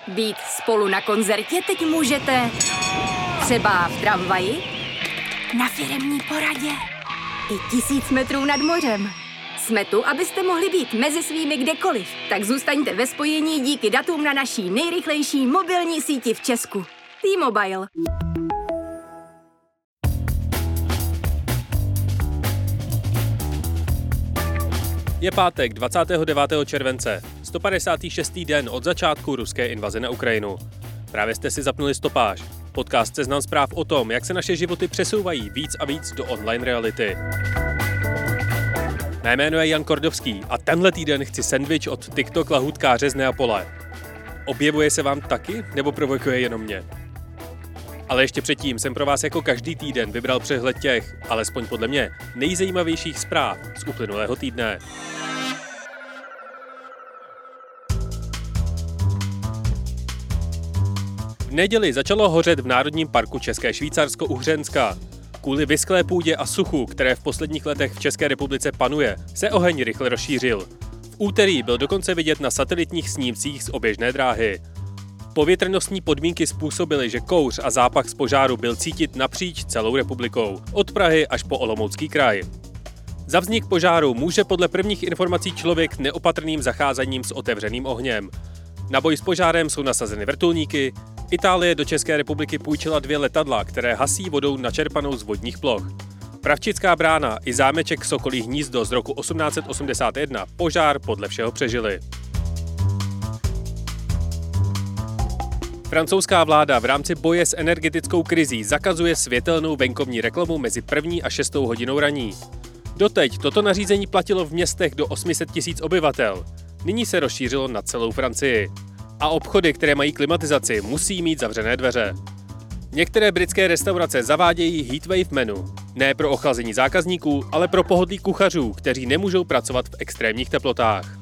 Být spolu na koncertě teď můžete třeba v tramvaji, na firemní poradě i 1000 metrů nad mořem. Jsme tu, abyste mohli být mezi svými kdekoliv. Tak zůstaňte ve spojení díky datům na naší nejrychlejší mobilní síti v Česku. T-Mobile. Je pátek 29. července, 156. den od začátku ruské invaze na Ukrajinu. Právě jste si zapnuli stopáž. Podcast Seznam zpráv o tom, jak se naše životy přesouvají víc a víc do online reality. Mé jméno je Jan Kordovský a tenhle týden chci sendvič od TikTok lahůdkáře z Neapole. Objevuje se vám taky, nebo provokuje jenom mě? Ale ještě předtím jsem pro vás jako každý týden vybral přehled těch, alespoň podle mě, nejzajímavějších zpráv z uplynulého týdne. V neděli začalo hořet v Národním parku České Švýcarsko-Uhřenska. Kvůli vysklé půdě a suchu, které v posledních letech v České republice panuje, se oheň rychle rozšířil. V úterý byl dokonce vidět na satelitních snímcích z oběžné dráhy. Povětrnostní podmínky způsobily, že kouř a zápach z požáru byl cítit napříč celou republikou, od Prahy až po Olomoucký kraj. Za vznik požáru může podle prvních informací člověk neopatrným zacházením s otevřeným ohněm. Na boj s požárem jsou nasazeny vrtulníky. Itálie do České republiky půjčila 2 letadla, které hasí vodou načerpanou z vodních ploch. Pravčická brána i zámeček Sokolí hnízdo z roku 1881 požár podle všeho přežili. Francouzská vláda v rámci boje s energetickou krizí zakazuje světelnou venkovní reklamu mezi 1. a 6. hodinou raní. Doteď toto nařízení platilo v městech do 800 000 obyvatel. Nyní se rozšířilo na celou Francii. A obchody, které mají klimatizaci, musí mít zavřené dveře. Některé britské restaurace zavádějí heatwave menu. Ne pro ochlazení zákazníků, ale pro pohodlí kuchařů, kteří nemůžou pracovat v extrémních teplotách.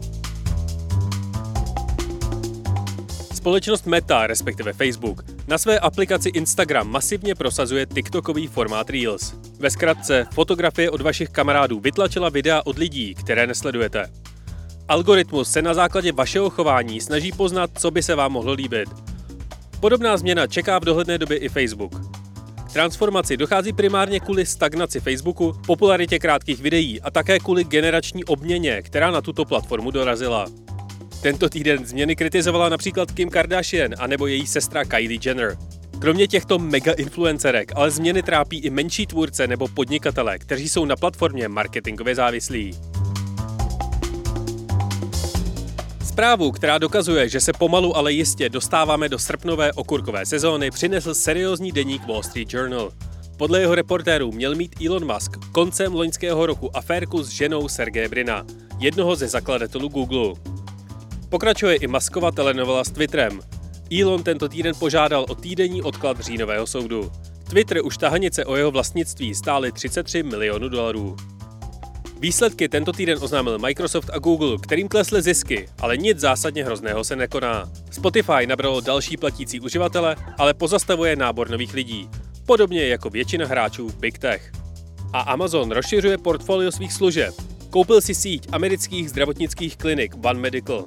Společnost Meta, respektive Facebook, na své aplikaci Instagram masivně prosazuje TikTokový formát Reels. Ve zkratce, fotografie od vašich kamarádů vytlačila videa od lidí, které nesledujete. Algoritmus se na základě vašeho chování snaží poznat, co by se vám mohlo líbit. Podobná změna čeká v dohledné době i Facebook. K transformaci dochází primárně kvůli stagnaci Facebooku, popularitě krátkých videí a také kvůli generační obměně, která na tuto platformu dorazila. Tento týden změny kritizovala například Kim Kardashian anebo její sestra Kylie Jenner. Kromě těchto mega-influencerek ale změny trápí i menší tvůrce nebo podnikatele, kteří jsou na platformě marketingově závislí. Zprávu, která dokazuje, že se pomalu, ale jistě dostáváme do srpnové okurkové sezóny, přinesl seriózní deník Wall Street Journal. Podle jeho reportérů měl mít Elon Musk koncem loňského roku aférku s ženou Sergeje Brina, jednoho ze zakladatelů Google. Pokračuje i Muskova telenovela s Twitterem. Elon tento týden požádal o týdenní odklad říjnového soudu. Twitter už tahanice o jeho vlastnictví stály $33 milionů. Výsledky tento týden oznámil Microsoft a Google, kterým klesly zisky, ale nic zásadně hrozného se nekoná. Spotify nabralo další platící uživatele, ale pozastavuje nábor nových lidí, podobně jako většina hráčů v Big Tech. A Amazon rozšiřuje portfolio svých služeb. Koupil si síť amerických zdravotnických klinik One Medical.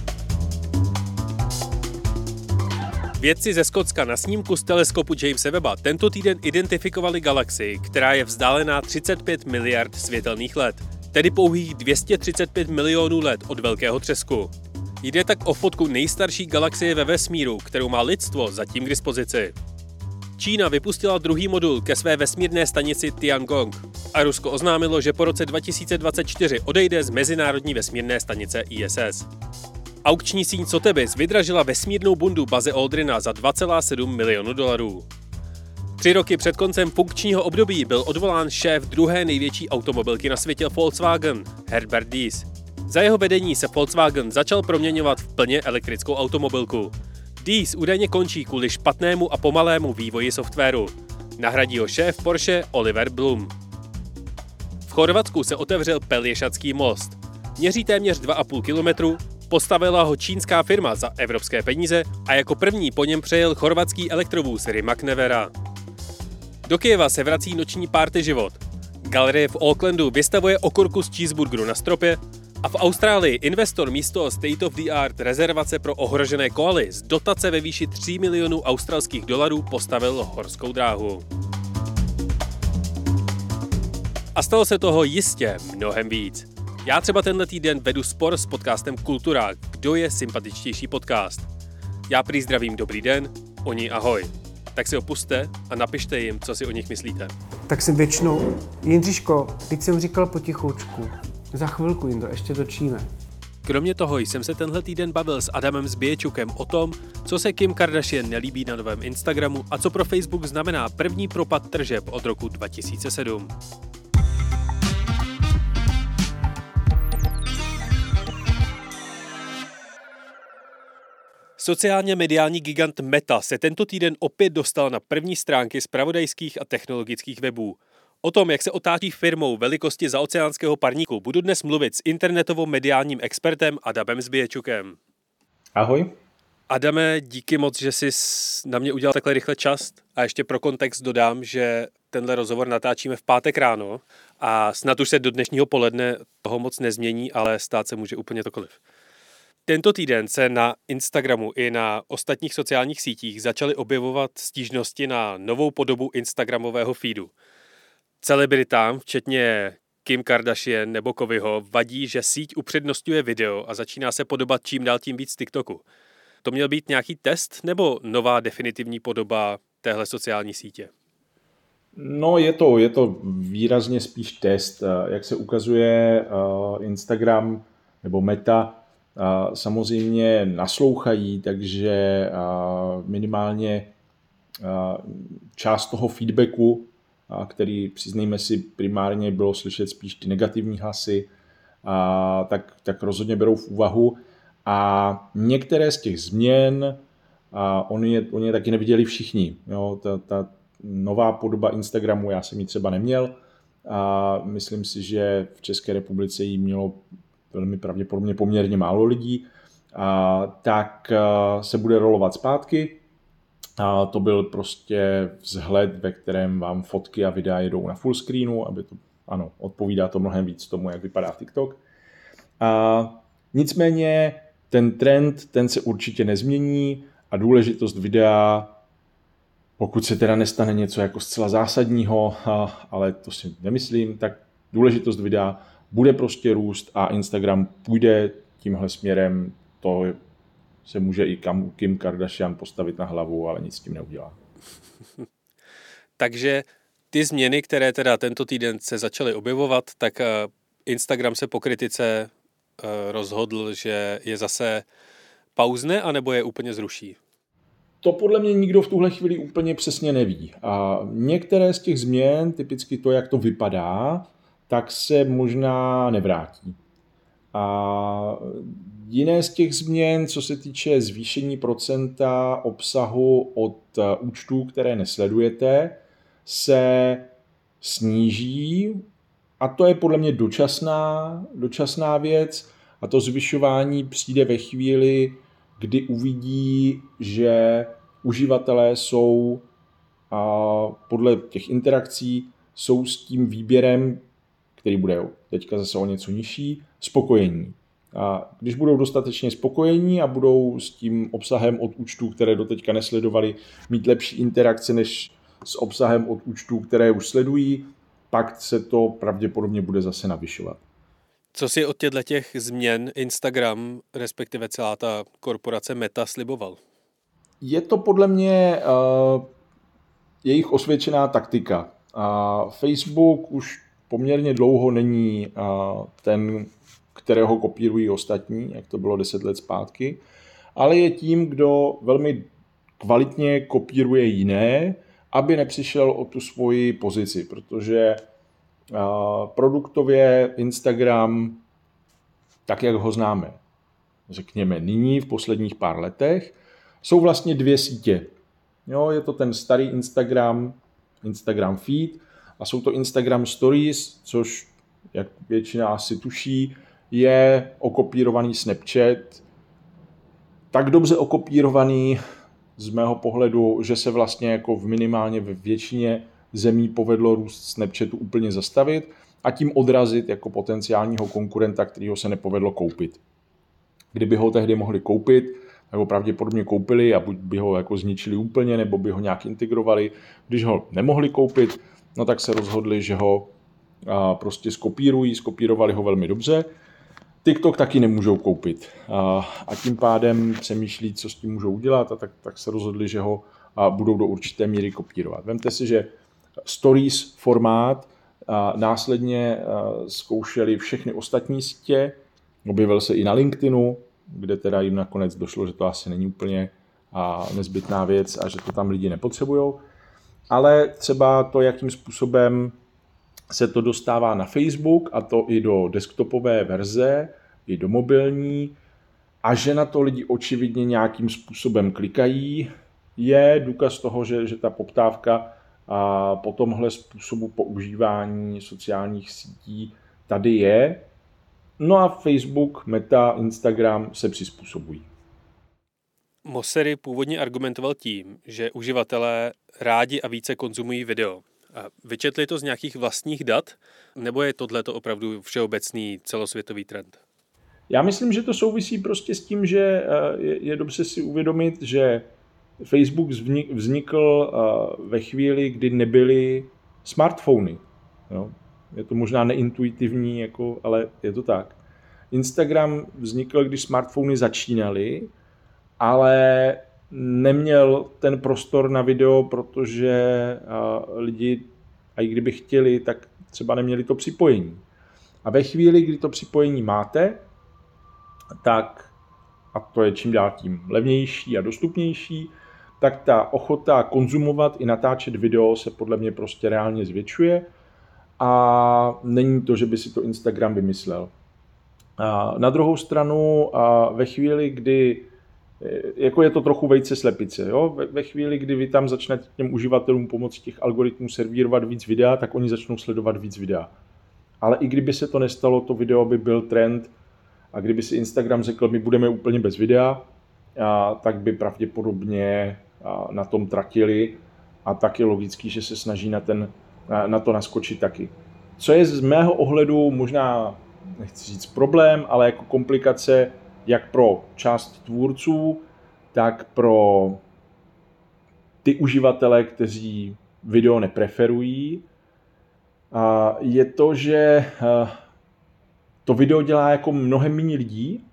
Vědci ze Skotska na snímku z teleskopu Jamese Webba tento týden identifikovali galaxii, která je vzdálená 35 miliard světelných let, tedy pouhých 235 milionů let od Velkého třesku. Jde tak o fotku nejstarší galaxie ve vesmíru, kterou má lidstvo zatím k dispozici. Čína vypustila druhý modul ke své vesmírné stanici Tiangong a Rusko oznámilo, že po roce 2024 odejde z mezinárodní vesmírné stanice ISS. Aukční síň Sotheby's vydražila vesmírnou bundu Buzze Aldrina za $2,7 milionu. 3 roky před koncem funkčního období byl odvolán šéf druhé největší automobilky na světě Volkswagen, Herbert Diess. Za jeho vedení se Volkswagen začal proměňovat v plně elektrickou automobilku. Diess údajně končí kvůli špatnému a pomalému vývoji softwaru. Nahradí ho šéf Porsche Oliver Blume. V Chorvatsku se otevřel Pelješacký most. Měří téměř 2,5 kilometru, postavila ho čínská firma za evropské peníze a jako první po něm přejel chorvatský elektrovůz Rimac Nevera. Do Kyjeva se vrací noční party život. Galerie v Aucklandu vystavuje okurku z cheeseburgeru na stropě, A v Austrálii investor místo state of the art rezervace pro ohrožené koaly z dotace ve výši 3 milionů australských dolarů postavil horskou dráhu. A stalo se toho jistě mnohem víc. Já třeba tenhle týden vedu spor s podcastem Kultura, kdo je sympatičtější podcast. Já prý zdravím dobrý den, oni ahoj. Tak si ho pusťte a napište jim, co si o nich myslíte. Tak si většinou, Jindřiško, teď jsem říkal potichoučku. Za chvilku, Jindro, ještě točíme. Kromě toho jsem se tenhle týden bavil s Adamem Zběječukem o tom, co se Kim Kardashian nelíbí na novém Instagramu a co pro Facebook znamená první propad tržeb od roku 2007. Sociálně mediální gigant Meta se tento týden opět dostal na první stránky zpravodajských a technologických webů. O tom, jak se otáčí firmou velikosti zaoceánského parníku, budu dnes mluvit s internetovým-mediálním expertem Adamem Zběječukem. Ahoj. Adame, díky moc, že jsi na mě udělal takhle rychle čas. A ještě pro kontext dodám, že tenhle rozhovor natáčíme v pátek ráno a snad už se do dnešního poledne toho moc nezmění, ale stát se může úplně cokoliv. Tento týden se na Instagramu i na ostatních sociálních sítích začaly objevovat stížnosti na novou podobu instagramového feedu. Celebritám, včetně Kim Kardashian nebo Koviho, vadí, že síť upřednostňuje video a začíná se podobat čím dál tím víc TikToku. To měl být nějaký test nebo nová definitivní podoba téhle sociální sítě? No je to výrazně spíš test. Jak se ukazuje, Instagram nebo Meta samozřejmě naslouchají, takže minimálně část toho feedbacku, který, přiznejme si, primárně bylo slyšet spíš ty negativní hlasy, tak rozhodně berou v úvahu. A některé z těch změn, oni je taky neviděli všichni. Jo, ta nová podoba Instagramu, já jsem ji třeba neměl. A myslím si, že v České republice ji mělo velmi pravděpodobně poměrně málo lidí. Tak se bude rolovat zpátky. A to byl prostě vzhled, ve kterém vám fotky a videa jedou na full screenu, aby to, ano, odpovídá to mnohem víc tomu, jak vypadá TikTok. Nicméně ten trend, ten se určitě nezmění a důležitost videa, pokud se teda nestane něco jako zcela zásadního, ale to si nemyslím, tak důležitost videa bude prostě růst a Instagram půjde tímhle směrem. To se může i Kim Kardashian postavit na hlavu, ale nic s tím neudělá. Takže ty změny, které teda tento týden se začaly objevovat, tak Instagram se po kritice rozhodl, že je zase pauzne, anebo je úplně zruší? To podle mě nikdo v tuhle chvíli úplně přesně neví. A některé z těch změn, typicky to, jak to vypadá, tak se možná nevrátí. A jiné z těch změn, co se týče zvýšení procenta obsahu od účtů, které nesledujete, se sníží a to je podle mě dočasná věc a to zvyšování přijde ve chvíli, kdy uvidí, že uživatelé jsou podle těch interakcí jsou s tím výběrem, který bude teďka zase o něco nižší, spokojení. A když budou dostatečně spokojení a budou s tím obsahem od účtů, které doteďka nesledovali, mít lepší interakce než s obsahem od účtů, které už sledují, pak se to pravděpodobně bude zase navyšovat. Co si od těch změn Instagram, respektive celá ta korporace Meta sliboval? Je to podle mě jejich osvědčená taktika. Facebook už poměrně dlouho není ten, kterého kopírují ostatní, jak to bylo 10 let zpátky, ale je tím, kdo velmi kvalitně kopíruje jiné, aby nepřišel o tu svoji pozici, protože produktově Instagram, tak jak ho známe, řekněme nyní v posledních pár letech, jsou vlastně dvě sítě. Jo, je to ten starý Instagram feed a jsou to Instagram Stories, což, jak většina asi tuší, je okopírovaný Snapchat. Tak dobře okopírovaný z mého pohledu, že se vlastně jako minimálně ve většině zemí povedlo růst Snapchatu úplně zastavit a tím odrazit jako potenciálního konkurenta, kterýho se nepovedlo koupit. Kdyby ho tehdy mohli koupit, tak ho pravděpodobně koupili a buď by ho jako zničili úplně, nebo by ho nějak integrovali. Když ho nemohli koupit, no tak se rozhodli, že ho prostě skopírovali ho velmi dobře. TikTok taky nemůžou koupit a tím pádem přemýšlí, co s tím můžou udělat a tak se rozhodli, že ho budou do určité míry kopírovat. Vemte si, že Stories formát následně zkoušeli všechny ostatní sítě, objevil se i na LinkedInu, kde teda jim nakonec došlo, že to asi není úplně nezbytná věc a že to tam lidi nepotřebujou. Ale třeba to, jakým způsobem se to dostává na Facebook, a to i do desktopové verze, i do mobilní, a že na to lidi očividně nějakým způsobem klikají, je důkaz toho, že ta poptávka po tomhle způsobu používání sociálních sítí tady je. No a Facebook, Meta, Instagram se přizpůsobují. Mosseri původně argumentoval tím, že uživatelé rádi a více konzumují video. A vyčetli to z nějakých vlastních dat, nebo je tohleto opravdu všeobecný celosvětový trend? Já myslím, že to souvisí prostě s tím, že je dobře si uvědomit, že Facebook vznikl ve chvíli, kdy nebyly smartfony. Jo? Je to možná neintuitivní, ale je to tak. Instagram vznikl, když smartfony začínaly, ale neměl ten prostor na video, protože lidi, a i kdyby chtěli, tak třeba neměli to připojení. A ve chvíli, kdy to připojení máte, tak, a to je čím dál tím levnější a dostupnější, tak ta ochota konzumovat i natáčet video se podle mě prostě reálně zvětšuje a není to, že by si to Instagram vymyslel. A na druhou stranu, ve chvíli, kdy jako je to trochu vejce slepice. Jo? Ve chvíli, kdy vy tam začnete těm uživatelům pomocí těch algoritmů servírovat víc videa, tak oni začnou sledovat víc videa. Ale i kdyby se to nestalo, to video by byl trend a kdyby si Instagram řekl, my budeme úplně bez videa, tak by pravděpodobně na tom tratili a tak je logický, že se snaží na to naskočit taky. Co je z mého ohledu možná, nechci říct problém, ale jako komplikace, jak pro část tvůrců, tak pro ty uživatele, kteří video nepreferují, je to, že to video dělá jako mnohem méně lidí,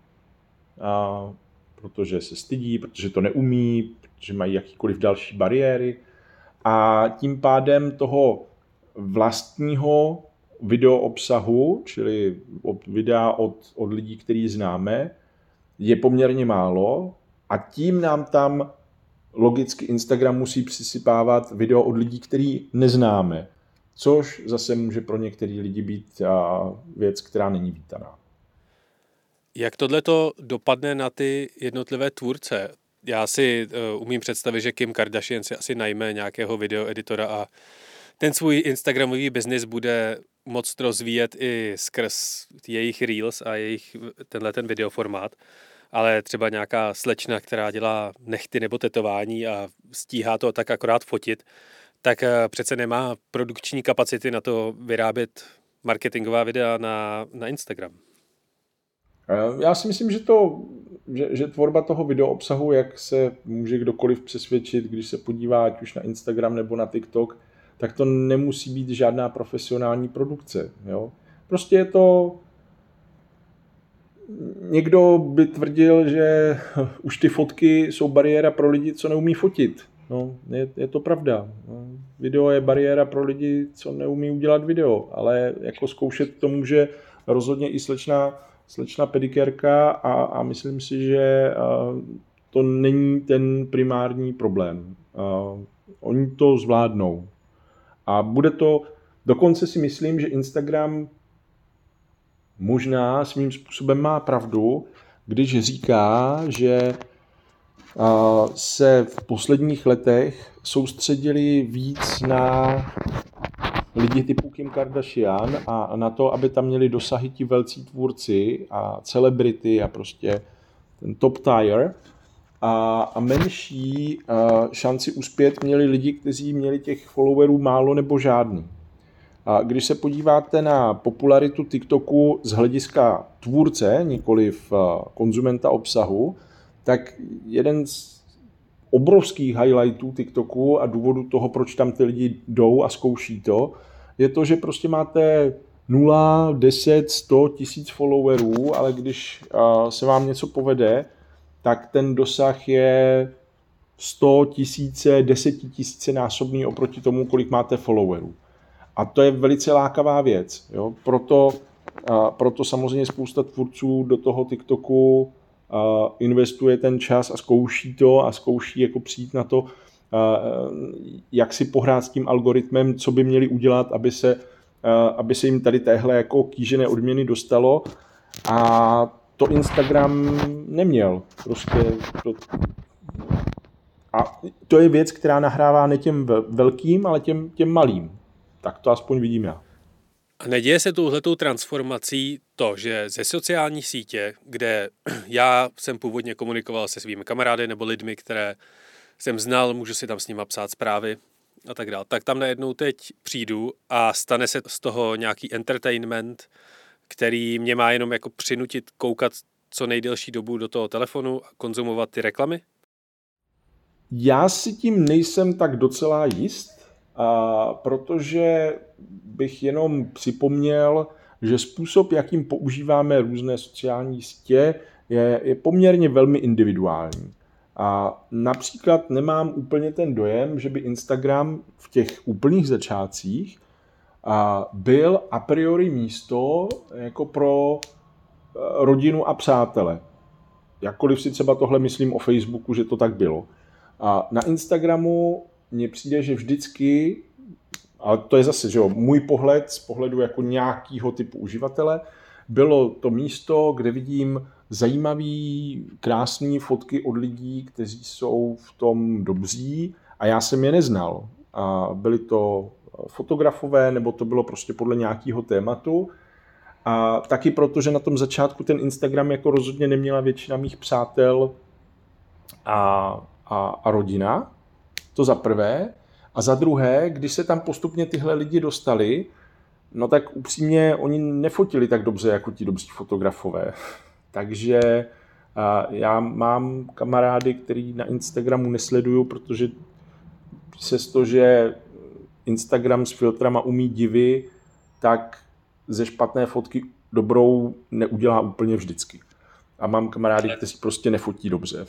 protože se stydí, protože to neumí, protože mají jakýkoliv další bariéry a tím pádem toho vlastního video obsahu, čili videa od lidí, který známe, je poměrně málo a tím nám tam logicky Instagram musí přisypávat video od lidí, který neznáme, což zase může pro některý lidi být věc, která není vítaná. Jak tohleto dopadne na ty jednotlivé tvůrce? Já si umím představit, že Kim Kardashian si asi najme nějakého videoeditora a ten svůj instagramový biznis bude moct rozvíjet i skrz jejich reels a jejich ten videoformát. Ale třeba nějaká slečna, která dělá nehty nebo tetování a stíhá to tak akorát fotit, tak přece nemá produkční kapacity na to vyrábět marketingová videa na Instagram. Já si myslím, že tvorba toho video obsahu, jak se může kdokoliv přesvědčit, když se podívá ať už na Instagram nebo na TikTok, tak to nemusí být žádná profesionální produkce. Jo? Prostě je to... Někdo by tvrdil, že už ty fotky jsou bariéra pro lidi, co neumí fotit. No, je to pravda. Video je bariéra pro lidi, co neumí udělat video, ale jako zkoušet to může rozhodně i slečna pedikérka a myslím si, že to není ten primární problém. Oni to zvládnou. A bude to, dokonce si myslím, že Instagram možná svým způsobem má pravdu, když říká, že se v posledních letech soustředili víc na lidi typu Kim Kardashian a na to, aby tam měli dosahy ti velcí tvůrci a celebrity a prostě ten top tier a menší šanci uspět měli lidi, kteří měli těch followerů málo nebo žádný. A když se podíváte na popularitu TikToku z hlediska tvůrce, nikoliv konzumenta obsahu, tak jeden z obrovských highlightů TikToku a důvodu toho, proč tam ty lidi jdou a zkouší to, je to, že prostě máte 0, 10, 100 tisíc followerů, ale když se vám něco povede, tak ten dosah je 100 tisíce, 10 tisíce násobný oproti tomu, kolik máte followerů. A to je velice lákavá věc. Jo? Proto samozřejmě spousta tvůrců do toho TikToku investuje ten čas a zkouší to a zkouší jako přijít na to, jak si pohrát s tím algoritmem, co by měli udělat, aby se jim tady téhle jako kýžené odměny dostalo. A to Instagram neměl. A to je věc, která nahrává ne těm velkým, ale těm malým. Tak to aspoň vidím já. A neděje se touhletou transformací to, že ze sociální sítě, kde já jsem původně komunikoval se svými kamarády nebo lidmi, které jsem znal, můžu si tam s nima psát zprávy a tak dále, tak tam najednou teď přijdu a stane se z toho nějaký entertainment, který mě má jenom jako přinutit koukat co nejdelší dobu do toho telefonu a konzumovat ty reklamy? Já si tím nejsem tak docela jist, protože bych jenom připomněl, že způsob, jakým používáme různé sociální sítě, je poměrně velmi individuální. A například nemám úplně ten dojem, že by Instagram v těch úplných začátcích byl a priori místo jako pro rodinu a přátele. Jakkoliv si třeba tohle myslím o Facebooku, že to tak bylo. A na Instagramu mně přijde, že vždycky, ale to je zase, že jo, můj pohled z pohledu jako nějakého typu uživatele, bylo to místo, kde vidím zajímavý, krásný fotky od lidí, kteří jsou v tom dobří a já jsem je neznal. A byli to fotografové, nebo to bylo prostě podle nějakého tématu. A taky proto, že na tom začátku ten Instagram jako rozhodně neměla většina mých přátel a rodina. To za prvé. A za druhé, když se tam postupně tyhle lidi dostali, no tak upřímně oni nefotili tak dobře jako ti dobří fotografové. Takže já mám kamarády, který na Instagramu nesleduju, protože přestože Instagram s filtrama umí divy, tak ze špatné fotky dobrou neudělá úplně vždycky. A mám kamarády, kteří prostě nefotí dobře.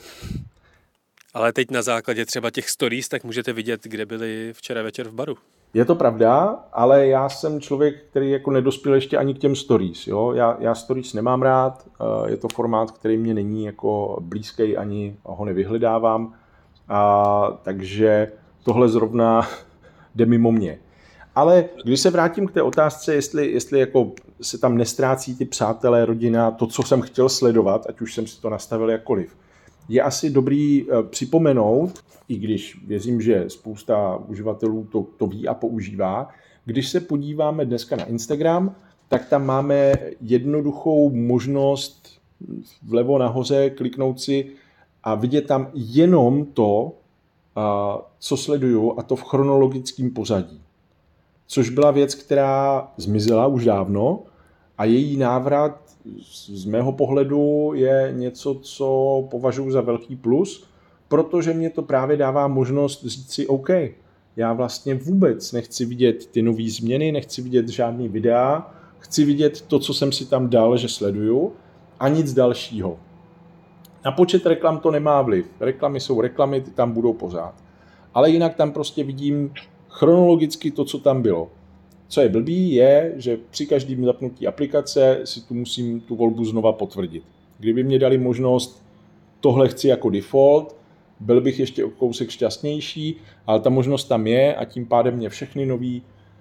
Ale teď na základě třeba těch stories, tak můžete vidět, kde byli včera večer v baru. Je to pravda, ale já jsem člověk, který jako nedospěl ještě ani k těm stories. Jo? Já stories nemám rád, je to formát, který mě není jako blízký, ani ho nevyhledávám, takže tohle zrovna jde mimo mě. Ale když se vrátím k té otázce, jestli jako se tam nestrácí ty přátelé, rodina, to, co jsem chtěl sledovat, ať už jsem si to nastavil jakkoliv, je asi dobrý připomenout, i když věřím, že spousta uživatelů to ví a používá, když se podíváme dneska na Instagram, tak tam máme jednoduchou možnost vlevo nahoře kliknout si a vidět tam jenom to, co sleduju, a to v chronologickém pořadí. Což byla věc, která zmizela už dávno a její návrat z mého pohledu je něco, co považuji za velký plus, protože mě to právě dává možnost říct si OK, já vlastně vůbec nechci vidět ty nové změny, nechci vidět žádný videa, chci vidět to, co jsem si tam dal, že sleduju, a nic dalšího. Na počet reklam to nemá vliv. Reklamy jsou reklamy, ty tam budou pořád. Ale jinak tam prostě vidím chronologicky to, co tam bylo. Co je blbý, je, že při každém zapnutí aplikace si tu musím tu volbu znova potvrdit. Kdyby mě dali možnost, tohle chci jako default, byl bych ještě o kousek šťastnější, ale ta možnost tam je a tím pádem mě všechny nové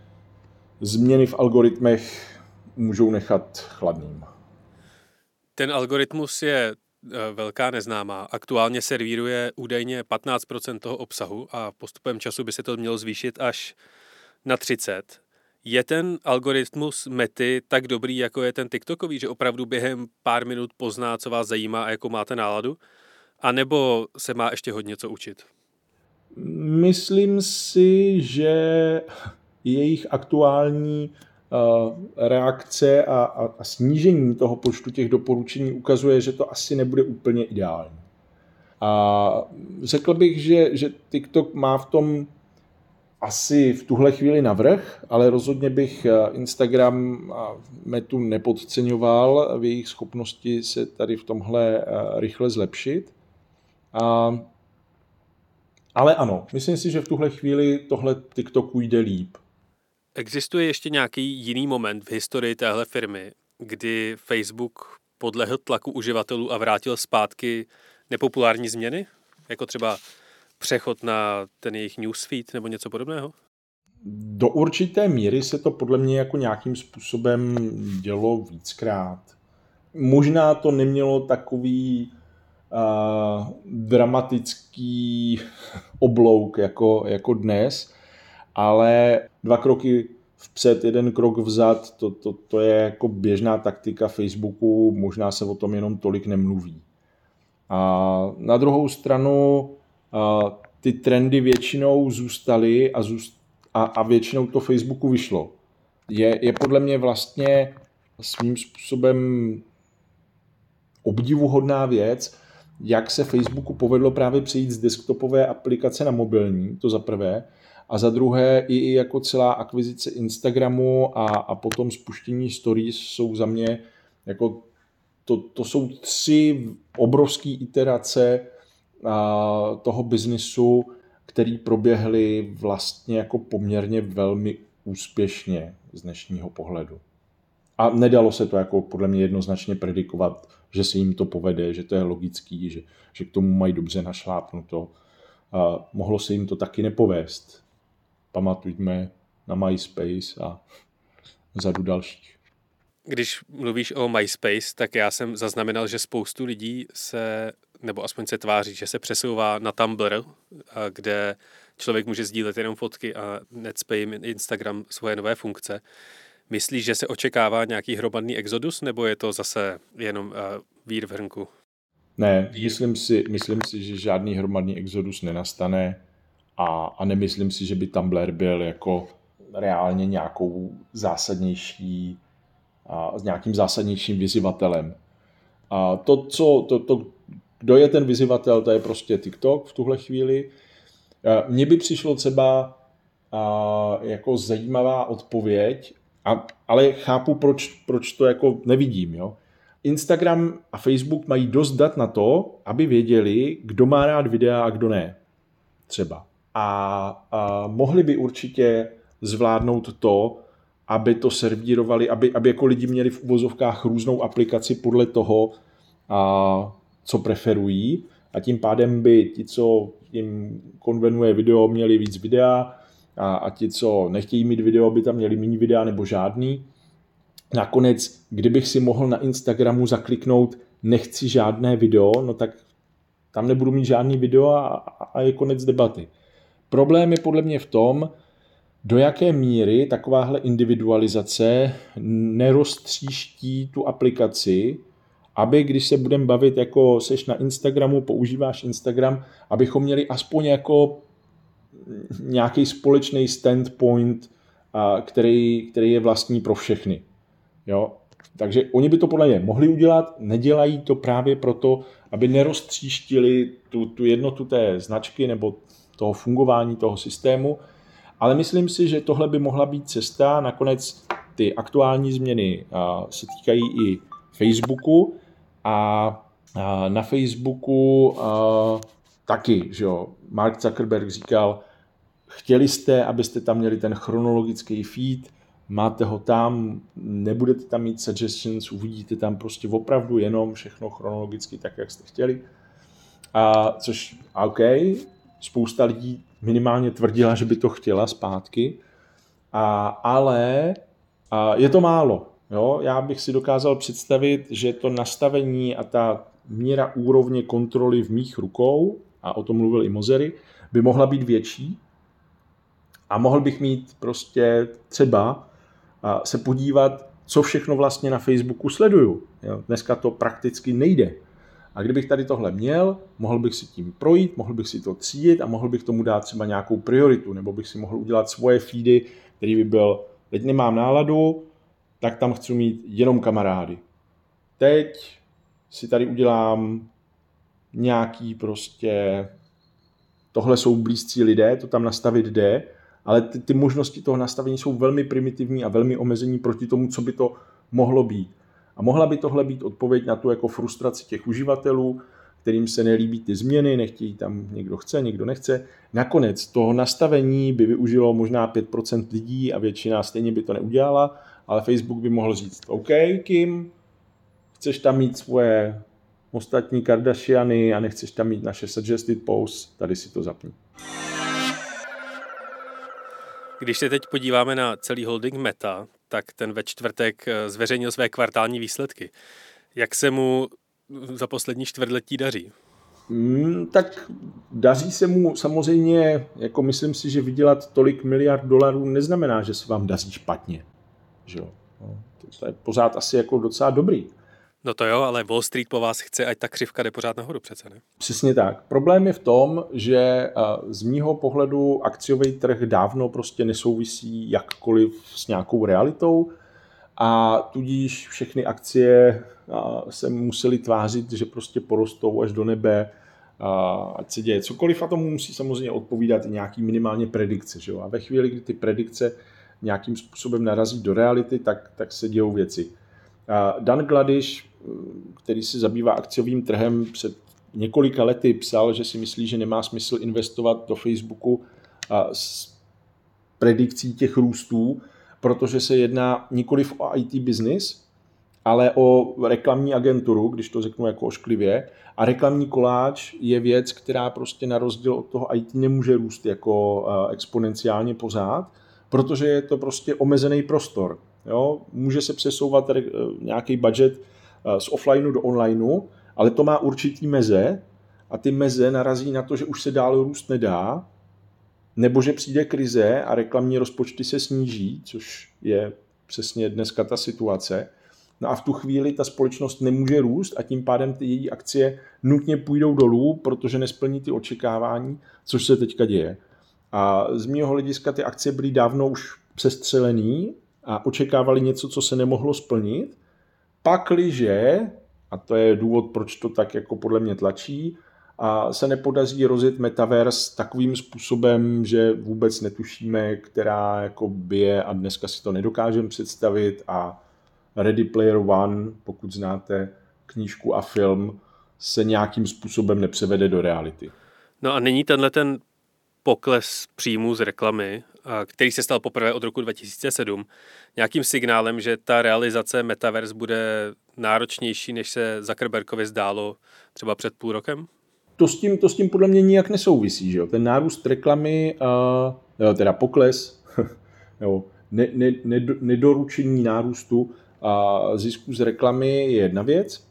změny v algoritmech můžou nechat chladným. Ten algoritmus je velká neznámá. Aktuálně servíruje údajně 15% toho obsahu a postupem času by se to mělo zvýšit až na 30%. Je ten algoritmus Mety tak dobrý, jako je ten TikTokový, že opravdu během pár minut pozná, co vás zajímá a jakou máte náladu? A nebo se má ještě hodně co učit? Myslím si, že jejich aktuální reakce a snížení toho počtu těch doporučení ukazuje, že to asi nebude úplně ideální. A řekl bych, že TikTok má v tom asi v tuhle chvíli navrch, ale rozhodně bych Instagram a Metu nepodceňoval v jejich schopnosti se tady v tomhle rychle zlepšit. Ale ano, myslím si, že v tuhle chvíli tohle TikToku jde líp. Existuje ještě nějaký jiný moment v historii téhle firmy, kdy Facebook podlehl tlaku uživatelů a vrátil zpátky nepopulární změny? Jako třeba přechod na ten jejich newsfeed nebo něco podobného? Do určité míry se to podle mě jako nějakým způsobem dělo víckrát. Možná to nemělo takový dramatický oblouk jako dnes, ale 2 kroky vpřed, 1 krok vzad, to je jako běžná taktika Facebooku, možná se o tom jenom tolik nemluví. A na druhou stranu ty trendy většinou zůstaly a většinou to Facebooku vyšlo. Je podle mě vlastně svým způsobem obdivuhodná věc, jak se Facebooku povedlo právě přejít z desktopové aplikace na mobilní, to za prvé, a za druhé i jako celá akvizice Instagramu a potom spuštění stories jsou za mě jako to jsou 3 obrovské iterace toho biznisu, který proběhly vlastně jako poměrně velmi úspěšně z dnešního pohledu. A nedalo se to jako podle mě jednoznačně predikovat, že se jim to povede, že to je logický, že k tomu mají dobře našlápnuto. Mohlo se jim to taky nepovést. Pamatujme na MySpace a řadu dalších. Když mluvíš o MySpace, tak já jsem zaznamenal, že spoustu lidí nebo aspoň se tváří, že se přesouvá na Tumblr, kde člověk může sdílet jenom fotky a necpe jim Instagram svoje nové funkce. Myslíš, že se očekává nějaký hromadný exodus, nebo je to zase jenom vír v hrnku? Ne, myslím si, že žádný hromadný exodus nenastane a nemyslím si, že by Tumblr byl jako reálně nějakým zásadnějším vyzývatelem. A kdo je ten vyzývatel, to je prostě TikTok v tuhle chvíli. Mně by přišlo třeba jako zajímavá odpověď, ale chápu, proč to jako nevidím. Jo? Instagram a Facebook mají dost dat na to, aby věděli, kdo má rád videa a kdo ne. Třeba. A mohli by určitě zvládnout to, aby to servírovali, aby jako lidi měli v uvozovkách různou aplikaci podle toho, co preferují. A tím pádem by ti, co jim konvenuje video, měli víc videa a ti, co nechtějí mít video, by tam měli méně videa nebo žádný. Nakonec, kdybych si mohl na Instagramu zakliknout nechci žádné video, no tak tam nebudu mít žádný video a je konec debaty. Problém je podle mě v tom, do jaké míry takováhle individualizace neroztříští tu aplikaci, aby když se budeme bavit, jako seš na Instagramu, používáš Instagram, abychom měli aspoň jako nějaký společný standpoint, který je vlastní pro všechny. Jo? Takže oni by to podle mě mohli udělat, nedělají to právě proto, aby neroztříštili tu jednotu té značky nebo toho fungování toho systému, ale myslím si, že tohle by mohla být cesta. Nakonec ty aktuální změny se týkají i Facebooku a na Facebooku taky, že jo, Mark Zuckerberg říkal, chtěli jste, abyste tam měli ten chronologický feed, máte ho tam, nebudete tam mít suggestions, uvidíte tam prostě opravdu jenom všechno chronologicky tak, jak jste chtěli. Což OK, spousta lidí minimálně tvrdila, že by to chtěla zpátky, ale je to málo. Jo? Já bych si dokázal představit, že to nastavení a ta míra úrovně kontroly v mých rukou, a o tom mluvil i Mosery, by mohla být větší a mohl bych mít prostě třeba se podívat, co všechno vlastně na Facebooku sleduju. Jo? Dneska to prakticky nejde. A kdybych tady tohle měl, mohl bych si tím projít, mohl bych si to třídit a mohl bych tomu dát třeba nějakou prioritu, nebo bych si mohl udělat svoje feedy, který by byl, teď nemám náladu, tak tam chci mít jenom kamarády. Teď si tady udělám nějaký prostě, tohle jsou blízcí lidé, to tam nastavit jde, ale ty možnosti toho nastavení jsou velmi primitivní a velmi omezení proti tomu, co by to mohlo být. A mohla by tohle být odpověď na tu jako frustraci těch uživatelů, kterým se nelíbí ty změny, nechtějí tam, někdo chce, někdo nechce. Nakonec toho nastavení by využilo možná 5% lidí a většina stejně by to neudělala, ale Facebook by mohl říct, OK, Kim, chceš tam mít svoje ostatní Kardashiany a nechceš tam mít naše suggested posts, tady si to zapni. Když se teď podíváme na celý holding Meta, tak ten ve čtvrtek zveřejnil své kvartální výsledky. Jak se mu za poslední čtvrtletí daří? Tak daří se mu samozřejmě, jako myslím si, že vydělat tolik miliard dolarů neznamená, že se vám daří špatně. Že jo? To je pořád asi jako docela dobrý. No to jo, ale Wall Street po vás chce, ať ta křivka jde pořád nahoru přece, ne? Přesně tak. Problém je v tom, že z mýho pohledu akciový trh dávno prostě nesouvisí jakkoliv s nějakou realitou a tudíž všechny akcie se musely tvářit, že prostě porostou až do nebe, ať se děje cokoliv a tomu musí samozřejmě odpovídat i nějaký minimálně predikce. Že jo? A ve chvíli, kdy ty predikce nějakým způsobem narazí do reality, tak se dějou věci. Dan Gladiš, který se zabývá akciovým trhem, před několika lety psal, že si myslí, že nemá smysl investovat do Facebooku s predikcí těch růstů, protože se jedná nikoliv o IT business, ale o reklamní agenturu, když to řeknu jako ošklivě. A reklamní koláč je věc, která prostě na rozdíl od toho IT nemůže růst jako exponenciálně pořád, protože je to prostě omezený prostor. Jo? Může se přesouvat nějaký budget z offlineu do onlineu, ale to má určitý meze a ty meze narazí na to, že už se dál růst nedá, nebo že přijde krize a reklamní rozpočty se sníží, což je přesně dneska ta situace. No a v tu chvíli ta společnost nemůže růst a tím pádem ty její akcie nutně půjdou dolů, protože nesplní ty očekávání, což se teďka děje. A z mého hlediska ty akcie byly dávno už přestřelený a očekávali něco, co se nemohlo splnit. Pakliže, a to je důvod, proč to tak jako podle mě tlačí, a se nepodaří rozjet metaverse takovým způsobem, že vůbec netušíme, která jako bije a dneska si to nedokážeme představit a Ready Player One, pokud znáte knížku a film, se nějakým způsobem nepřevede do reality. No a není tenhle ten pokles příjmů z reklamy, který se stal poprvé od roku 2007, nějakým signálem, že ta realizace metaverse bude náročnější, než se Zuckerbergovi zdálo třeba před půl rokem? To s tím podle mě nijak nesouvisí. Že jo? Ten nárůst reklamy, teda pokles, nedoručení nárůstu zisku z reklamy je jedna věc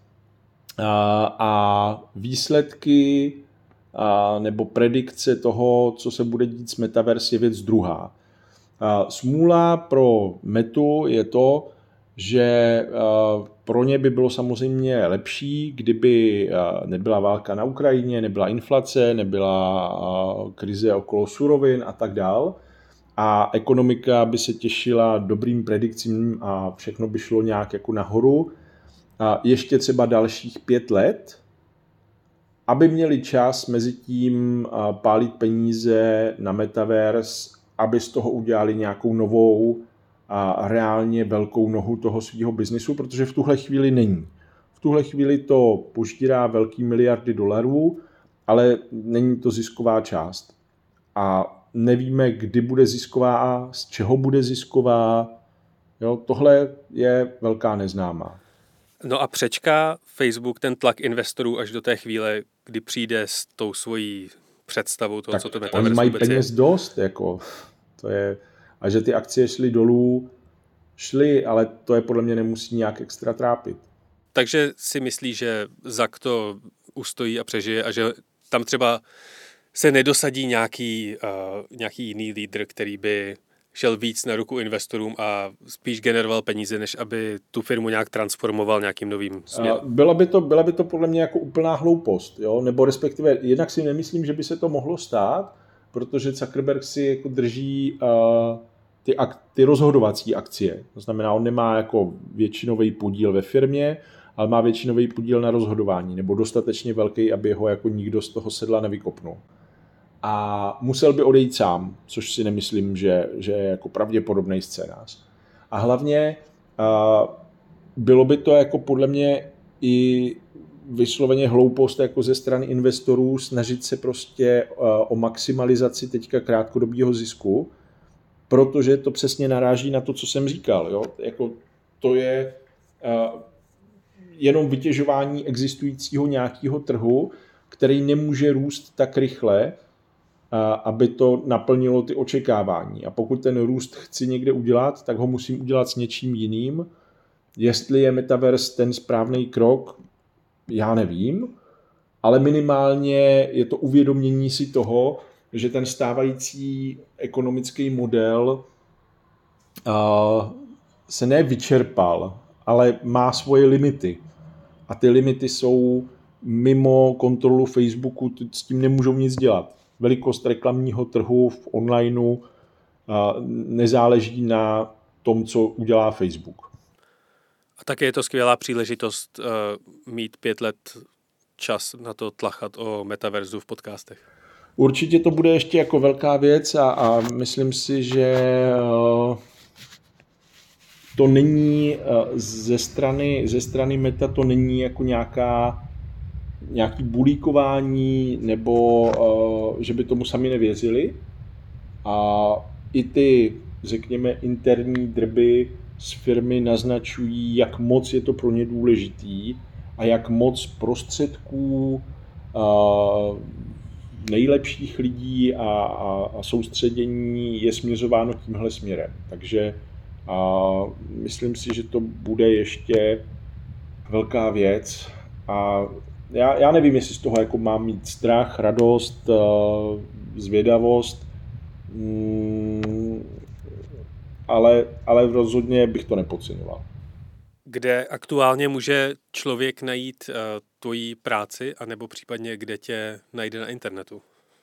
a výsledky nebo predikce toho, co se bude dít s metaverse, je věc druhá. Smůla pro Metu je to, že pro ně by bylo samozřejmě lepší, kdyby nebyla válka na Ukrajině, nebyla inflace, nebyla krize okolo surovin a tak dál. A ekonomika by se těšila dobrým predikcím a všechno by šlo nějak jako nahoru. A ještě třeba dalších 5 let, aby měli čas mezi tím pálit peníze na metaverse, aby z toho udělali nějakou novou a reálně velkou nohu toho svého biznisu, protože v tuhle chvíli není. V tuhle chvíli to požírá velký miliardy dolarů, ale není to zisková část. A nevíme, kdy bude zisková, z čeho bude zisková. Jo, tohle je velká neznámá. No a přečká Facebook ten tlak investorů až do té chvíle, kdy přijde s tou svojí představou toho, tak co to metaverse mají peněz dost, jako to je, a že ty akcie šly dolů, ale to je podle mě nemusí nějak extra trápit. Takže si myslí, že Zuck to ustojí a přežije a že tam třeba se nedosadí nějaký jiný lídr, který by šel víc na ruku investorům a spíš generoval peníze, než aby tu firmu nějak transformoval nějakým novým směrem. Byla by to podle mě jako úplná hloupost, jo? Nebo respektive jednak si nemyslím, že by se to mohlo stát, protože Zuckerberg si jako drží ty rozhodovací akcie. To znamená, on nemá jako většinový podíl ve firmě, ale má většinový podíl na rozhodování, nebo dostatečně velký, aby ho jako nikdo z toho sedla nevykopnul. A musel by odejít sám, což si nemyslím, že je jako pravděpodobný scénář. A hlavně bylo by to jako podle mě i vysloveně hloupost jako ze strany investorů snažit se prostě o maximalizaci teďka krátkodobého zisku, protože to přesně naráží na to, co jsem říkal. Jo? Jako to je jenom vytěžování existujícího nějakého trhu, který nemůže růst tak rychle, aby to naplnilo ty očekávání. A pokud ten růst chci někde udělat, tak ho musím udělat s něčím jiným. Jestli je metaverse ten správný krok, já nevím, ale minimálně je to uvědomění si toho, že ten stávající ekonomický model se nevyčerpal, ale má svoje limity. A ty limity jsou mimo kontrolu Facebooku, s tím nemůžou nic dělat. Velikost reklamního trhu v onlineu nezáleží na tom, co udělá Facebook. A také je to skvělá příležitost mít 5 let čas na to tlachat o metaverzu v podcastech. Určitě to bude ještě jako velká věc a myslím si, že to není ze strany Meta, to není jako nějaký bulíkování nebo že by tomu sami nevěřili. A i ty, řekněme, interní drby z firmy naznačují, jak moc je to pro ně důležitý a jak moc prostředků nejlepších lidí a soustředění je směřováno tímhle směrem. Takže myslím si, že to bude ještě velká věc. A já nevím, jestli z toho jako mám mít strach, radost, zvědavost, ale rozhodně bych to nepodceňoval. Kde aktuálně může člověk najít tvoji práci, anebo případně kde tě najde na internetu?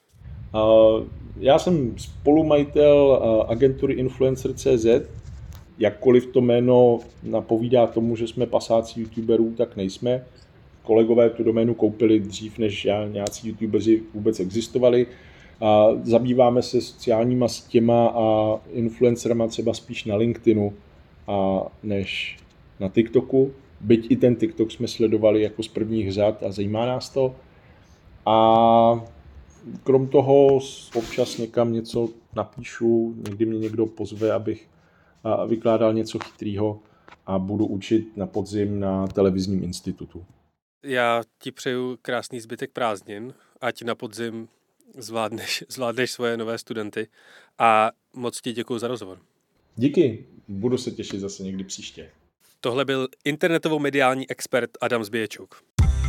Já jsem spolumajitel agentury Influencer.cz. Jakkoliv to jméno napovídá tomu, že jsme pasáci youtuberů, tak nejsme. Kolegové tu doménu koupili dřív, než nějací youtubeři vůbec existovali. Zabýváme se sociálníma sítěma a influencerama třeba spíš na LinkedInu než na TikToku. Byť i ten TikTok jsme sledovali jako z prvních řad a zajímá nás to. A krom toho občas někam něco napíšu, někdy mě někdo pozve, abych vykládal něco chytrýho a budu učit na podzim na televizním institutu. Já ti přeju krásný zbytek prázdnin, ať na podzim zvládneš svoje nové studenty a moc ti děkuju za rozhovor. Díky, budu se těšit zase někdy příště. Tohle byl internetovou-mediální expert Adam Zběječuk.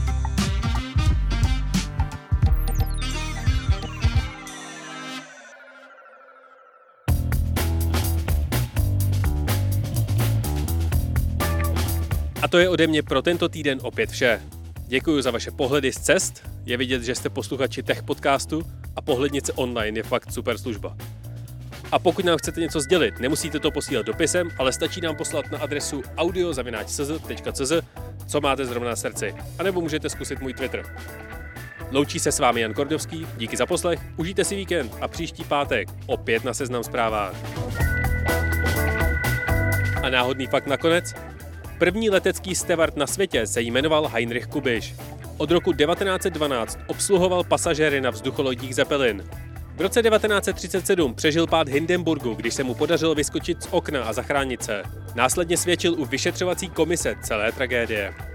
A to je ode mě pro tento týden opět vše. Děkuji za vaše pohledy z cest, je vidět, že jste posluchači Tech podcastu a pohlednice online je fakt super služba. A pokud nám chcete něco sdělit, nemusíte to posílat dopisem, ale stačí nám poslat na adresu audio@cz.cz, co máte zrovna na srdci, anebo můžete zkusit můj Twitter. Loučí se s vámi Jan Kordovský, díky za poslech, užijte si víkend a příští pátek opět na Seznam Zprávách. A náhodný fakt nakonec. První letecký steward na světě se jmenoval Heinrich Kubiš. Od roku 1912 obsluhoval pasažéry na vzducholodích Zeppelin. V roce 1937 přežil pád Hindenburgu, když se mu podařilo vyskočit z okna a zachránit se. Následně svědčil u vyšetřovací komise celé tragédie.